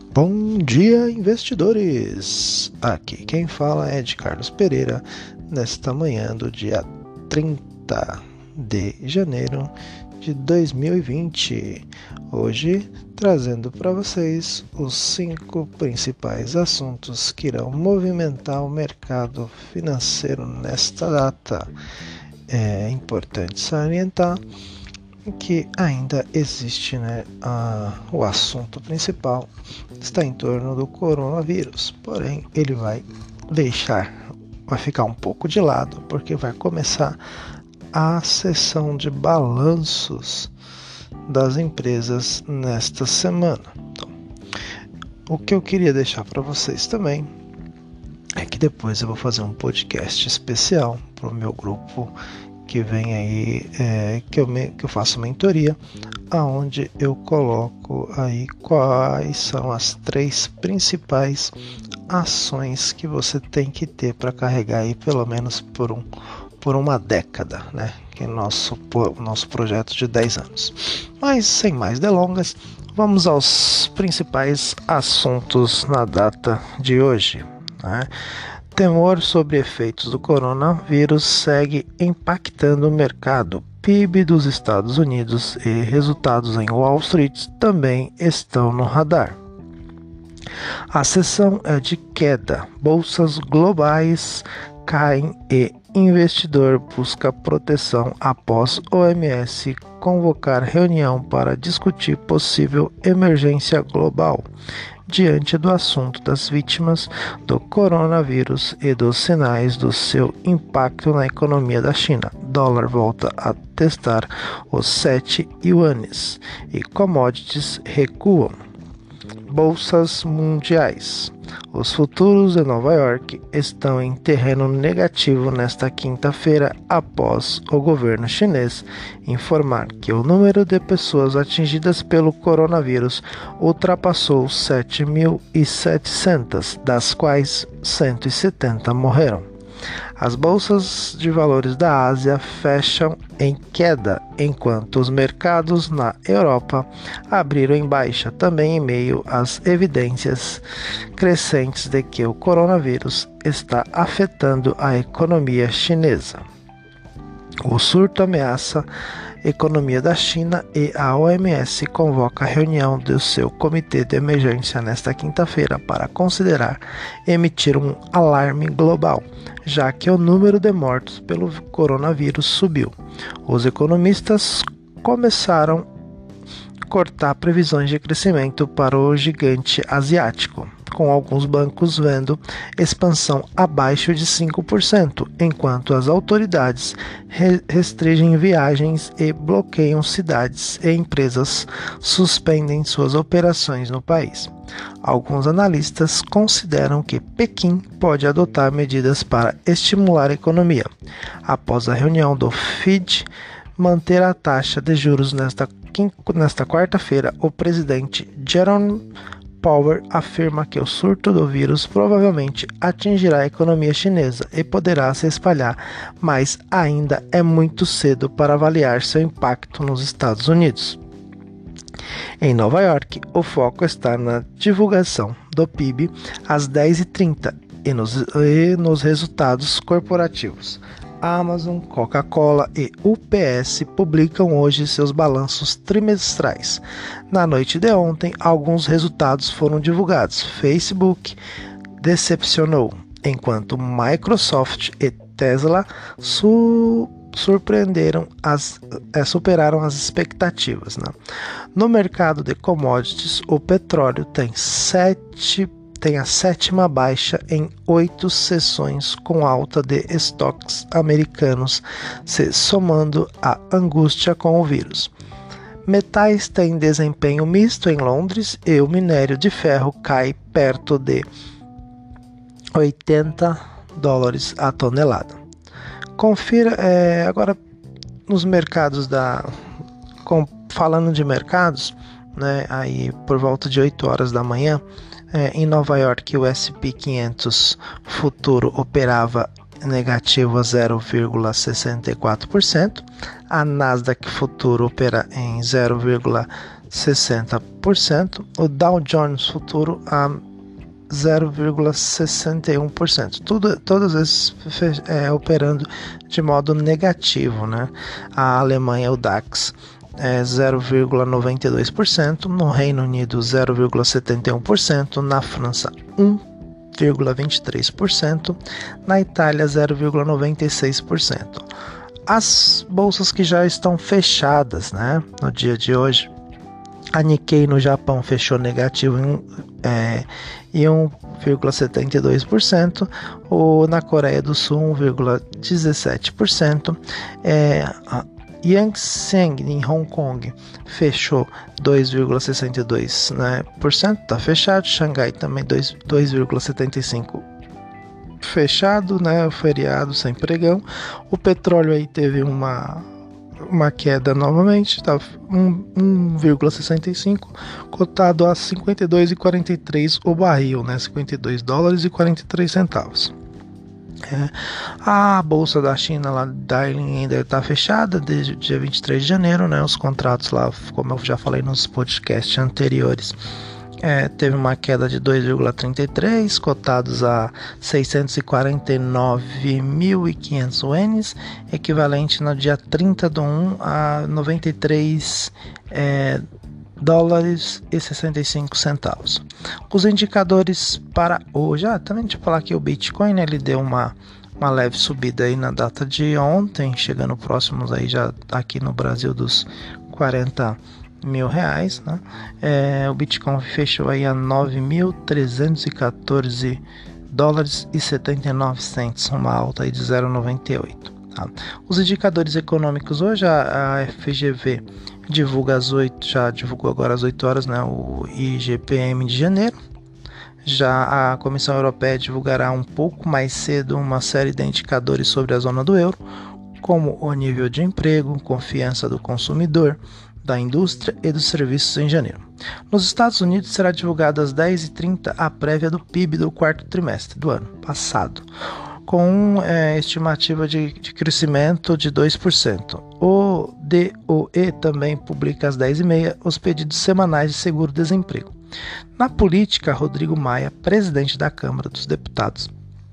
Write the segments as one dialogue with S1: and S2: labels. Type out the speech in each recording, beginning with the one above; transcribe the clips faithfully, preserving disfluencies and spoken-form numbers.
S1: Bom dia, investidores! Aqui quem fala é de Carlos Pereira, nesta manhã do dia trinta de janeiro de dois mil e vinte. Hoje, trazendo para vocês os cinco principais assuntos que irão movimentar o mercado financeiro nesta data. É importante salientar que ainda existe, né, a, o assunto principal está em torno do coronavírus, porém ele vai deixar, vai ficar um pouco de lado, porque vai começar a sessão de balanços das empresas nesta semana. Então, o que eu queria deixar para vocês também é que depois eu vou fazer um podcast especial para o meu grupo que vem aí, é, que, eu me, que eu faço mentoria, aonde eu coloco aí quais são as três principais ações que você tem que ter para carregar aí pelo menos por, um, por uma década, né? Que é nosso, nosso projeto de dez anos. Mas sem mais delongas, vamos aos principais assuntos na data de hoje, né? Temor sobre efeitos do coronavírus segue impactando o mercado. P I B dos Estados Unidos e resultados em Wall Street também estão no radar. A sessão é de queda. Bolsas globais caem e investidor busca proteção após O M S convocar reunião para discutir possível emergência global diante do assunto das vítimas do coronavírus e dos sinais do seu impacto na economia da China. Dólar volta a testar os sete yuanes e commodities recuam. Bolsas mundiais. Os futuros de Nova York estão em terreno negativo nesta quinta-feira após o governo chinês informar que o número de pessoas atingidas pelo coronavírus ultrapassou sete mil e setecentas, das quais cento e setenta morreram. As bolsas de valores da Ásia fecham em queda, enquanto os mercados na Europa abriram em baixa, também em meio às evidências crescentes de que o coronavírus está afetando a economia chinesa. O surto ameaça a economia da China e a O M S convoca a reunião do seu comitê de emergência nesta quinta-feira para considerar emitir um alarme global, já que o número de mortos pelo coronavírus subiu. Os economistas começaram a cortar previsões de crescimento para o gigante asiático, com alguns bancos vendo expansão abaixo de cinco por cento, enquanto as autoridades re- restringem viagens e bloqueiam cidades e empresas suspendem suas operações no país. Alguns analistas consideram que Pequim pode adotar medidas para estimular a economia, após a reunião do F E D manter a taxa de juros nesta, nesta quarta-feira. O presidente Jerome Powell afirma que o surto do vírus provavelmente atingirá a economia chinesa e poderá se espalhar, mas ainda é muito cedo para avaliar seu impacto nos Estados Unidos. Em Nova York, o foco está na divulgação do P I B às dez e trinta e nos, e nos resultados corporativos. Amazon, Coca-Cola e U P S publicam hoje seus balanços trimestrais. Na noite de ontem, alguns resultados foram divulgados. Facebook decepcionou, enquanto Microsoft e Tesla su- surpreenderam as, é, superaram as expectativas, né? No mercado de commodities, o petróleo tem sete tem a sétima baixa em oito sessões, com alta de estoques americanos se somando à angústia com o vírus. Metais têm desempenho misto em Londres e o minério de ferro cai perto de oitenta dólares a tonelada. Confira é, agora nos mercados da com, falando de mercados, né, aí por volta de oito horas da manhã. É, em Nova York, o S e P quinhentos futuro operava negativo a zero vírgula sessenta e quatro por cento, a Nasdaq futuro opera em zero vírgula sessenta por cento, o Dow Jones Futuro a zero vírgula sessenta e um por cento. Tudo, todos esses é, operando de modo negativo, né? A Alemanha, o DAX, é zero vírgula noventa e dois por cento, no Reino Unido zero vírgula setenta e um por cento, na França um vírgula vinte e três por cento, na Itália zero vírgula noventa e seis por cento. As bolsas que já estão fechadas, né, no dia de hoje, a Nikkei no Japão fechou negativo em, é, em um vírgula setenta e dois por cento, ou na Coreia do Sul um vírgula dezessete por cento, é, a Hang Seng em Hong Kong fechou dois vírgula sessenta e dois por cento, né, por cento, tá fechado. Xangai também dois vírgula setenta e cinco por cento fechado, né, o feriado sem pregão. O petróleo aí teve uma uma queda novamente, tá um vírgula sessenta e cinco, cotado a cinquenta e dois vírgula quarenta e três o barril, né, cinquenta e dois dólares e quarenta e três centavos. É, a bolsa da China lá, Dalian, ainda está fechada desde o dia vinte e três de janeiro, né, os contratos lá, como eu já falei nos podcasts anteriores, É, teve uma queda de dois vírgula trinta e três, cotados a seiscentos e quarenta e nove mil e quinhentos ienes, equivalente no dia trinta do um a noventa e três é, dólares e sessenta e cinco centavos. Os indicadores para hoje, ah, também deixa eu falar que o Bitcoin, né, ele deu uma, uma leve subida aí na data de ontem, chegando próximos aí já aqui no Brasil dos quarenta mil reais, né? É, o Bitcoin fechou aí a nove mil trezentos e quatorze dólares e setenta e nove centavos, uma alta aí de zero vírgula noventa e oito. Tá? Os indicadores econômicos hoje, a, a F G V divulga às oito, já divulgou agora às oito horas, né, o I G P M de janeiro. Já a Comissão Europeia divulgará um pouco mais cedo uma série de indicadores sobre a zona do euro, como o nível de emprego, confiança do consumidor, da indústria e dos serviços em janeiro. Nos Estados Unidos será divulgada às dez e trinta a prévia do P I B do quarto trimestre do ano passado, com é, estimativa de, de crescimento de dois por cento. O D O E também publica às dez e meia os pedidos semanais de seguro-desemprego. Na política, Rodrigo Maia, presidente da Câmara dos Deputados,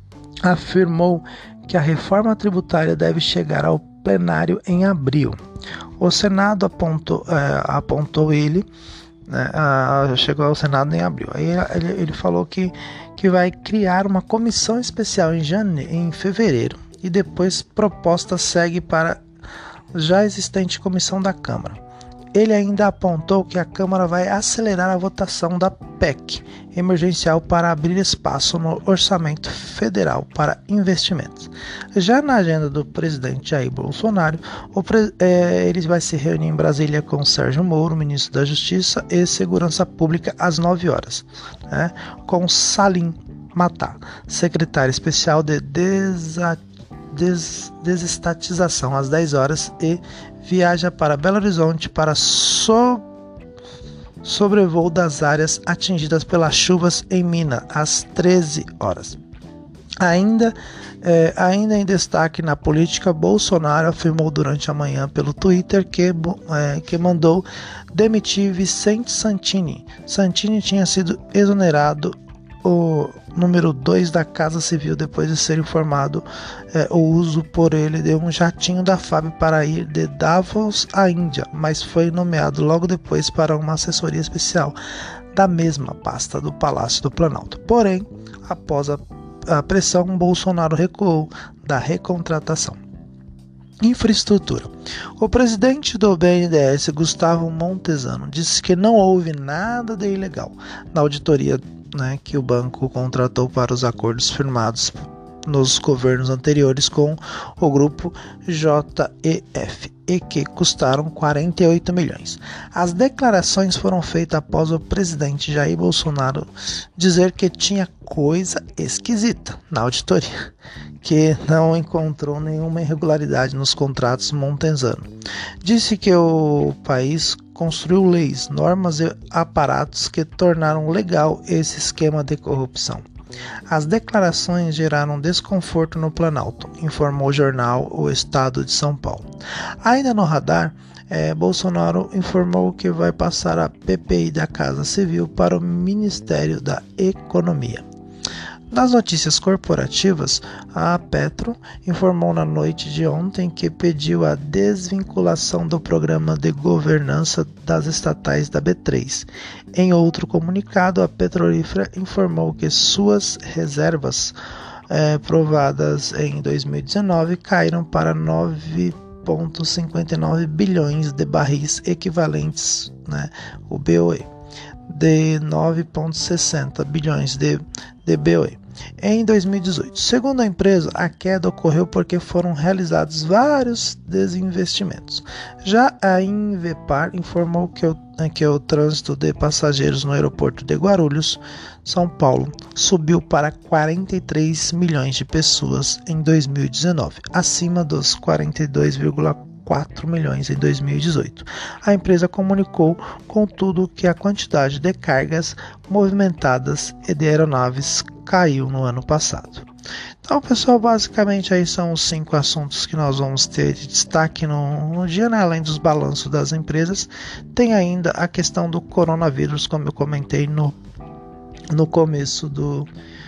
S1: afirmou que a reforma tributária deve chegar ao plenário em abril. O Senado apontou, é, apontou ele, né, a, chegou ao Senado em abril. Aí ele, ele falou que, que vai criar uma comissão especial em, jane, em fevereiro e depois proposta segue para já existente comissão da Câmara. Ele ainda apontou que a Câmara vai acelerar a votação da P E C emergencial para abrir espaço no orçamento federal para investimentos. Já na agenda do presidente Jair Bolsonaro, o pre- é, ele vai se reunir em Brasília com Sérgio Moro, ministro da Justiça e Segurança Pública, às nove horas, né, com Salim Matar, secretário especial de desa- des- desestatização, às dez horas, e viaja para Belo Horizonte para so- sobrevoo das áreas atingidas pelas chuvas em Minas, às treze horas. Ainda, é, ainda em destaque na política, Bolsonaro afirmou durante a manhã pelo Twitter que, é, que mandou demitir Vicente Santini. Santini tinha sido exonerado o número dois da Casa Civil depois de ser informado é, o uso por ele de um jatinho da F A B para ir de Davos à Índia, mas foi nomeado logo depois para uma assessoria especial da mesma pasta do Palácio do Planalto. Porém, após a, a pressão, Bolsonaro recuou da recontratação. Infraestrutura. O presidente do B N D E S, Gustavo Montesano, disse que não houve nada de ilegal na auditoria, né, que o banco contratou para os acordos firmados nos governos anteriores com o grupo J E F e que custaram quarenta e oito milhões. As declarações foram feitas após o presidente Jair Bolsonaro dizer que tinha coisa esquisita na auditoria, que não encontrou nenhuma irregularidade nos contratos Montesano. Disse que o país construiu leis, normas e aparatos que tornaram legal esse esquema de corrupção. As declarações geraram desconforto no Planalto, informou o jornal O Estado de São Paulo. Ainda no radar, é, Bolsonaro informou que vai passar a P P I da Casa Civil para o Ministério da Economia. Nas notícias corporativas, a Petro informou na noite de ontem que pediu a desvinculação do programa de governança das estatais da B três. Em outro comunicado, a petrolífera informou que suas reservas eh, provadas em dois mil e dezenove caíram para nove vírgula cinquenta e nove bilhões de barris equivalentes, né, o B O E, de nove vírgula sessenta bilhões de, de B O E. Em dois mil e dezoito, segundo a empresa, a queda ocorreu porque foram realizados vários desinvestimentos. Já a Invepar informou que o, que o trânsito de passageiros no aeroporto de Guarulhos, São Paulo, subiu para quarenta e três milhões de pessoas em dois mil e dezenove, acima dos quarenta e dois vírgula quatro milhões em dois mil e dezoito. A empresa comunicou, contudo, que a quantidade de cargas movimentadas e de aeronaves caiu no ano passado. Então, pessoal, basicamente aí são os cinco assuntos que nós vamos ter de destaque no, no dia, né? Além dos balanços das empresas, tem ainda a questão do coronavírus, como eu comentei no, no começo do,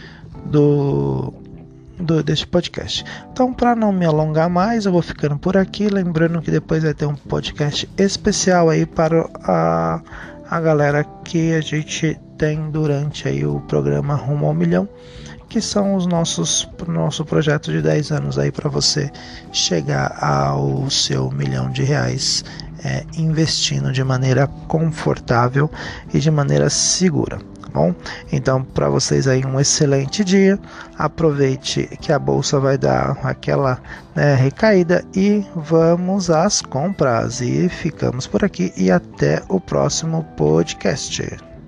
S1: do, do deste podcast. Então, para não me alongar mais, eu vou ficando por aqui, lembrando que depois vai ter um podcast especial aí para a, a galera que a gente tem durante aí o programa Rumo ao Milhão, que são os nossos nosso projeto de dez anos aí para você chegar ao seu milhão de reais é, investindo de maneira confortável e de maneira segura, tá bom? Então, para vocês aí um excelente dia, aproveite que a bolsa vai dar aquela, né, recaída e vamos às compras, e ficamos por aqui e até o próximo podcast.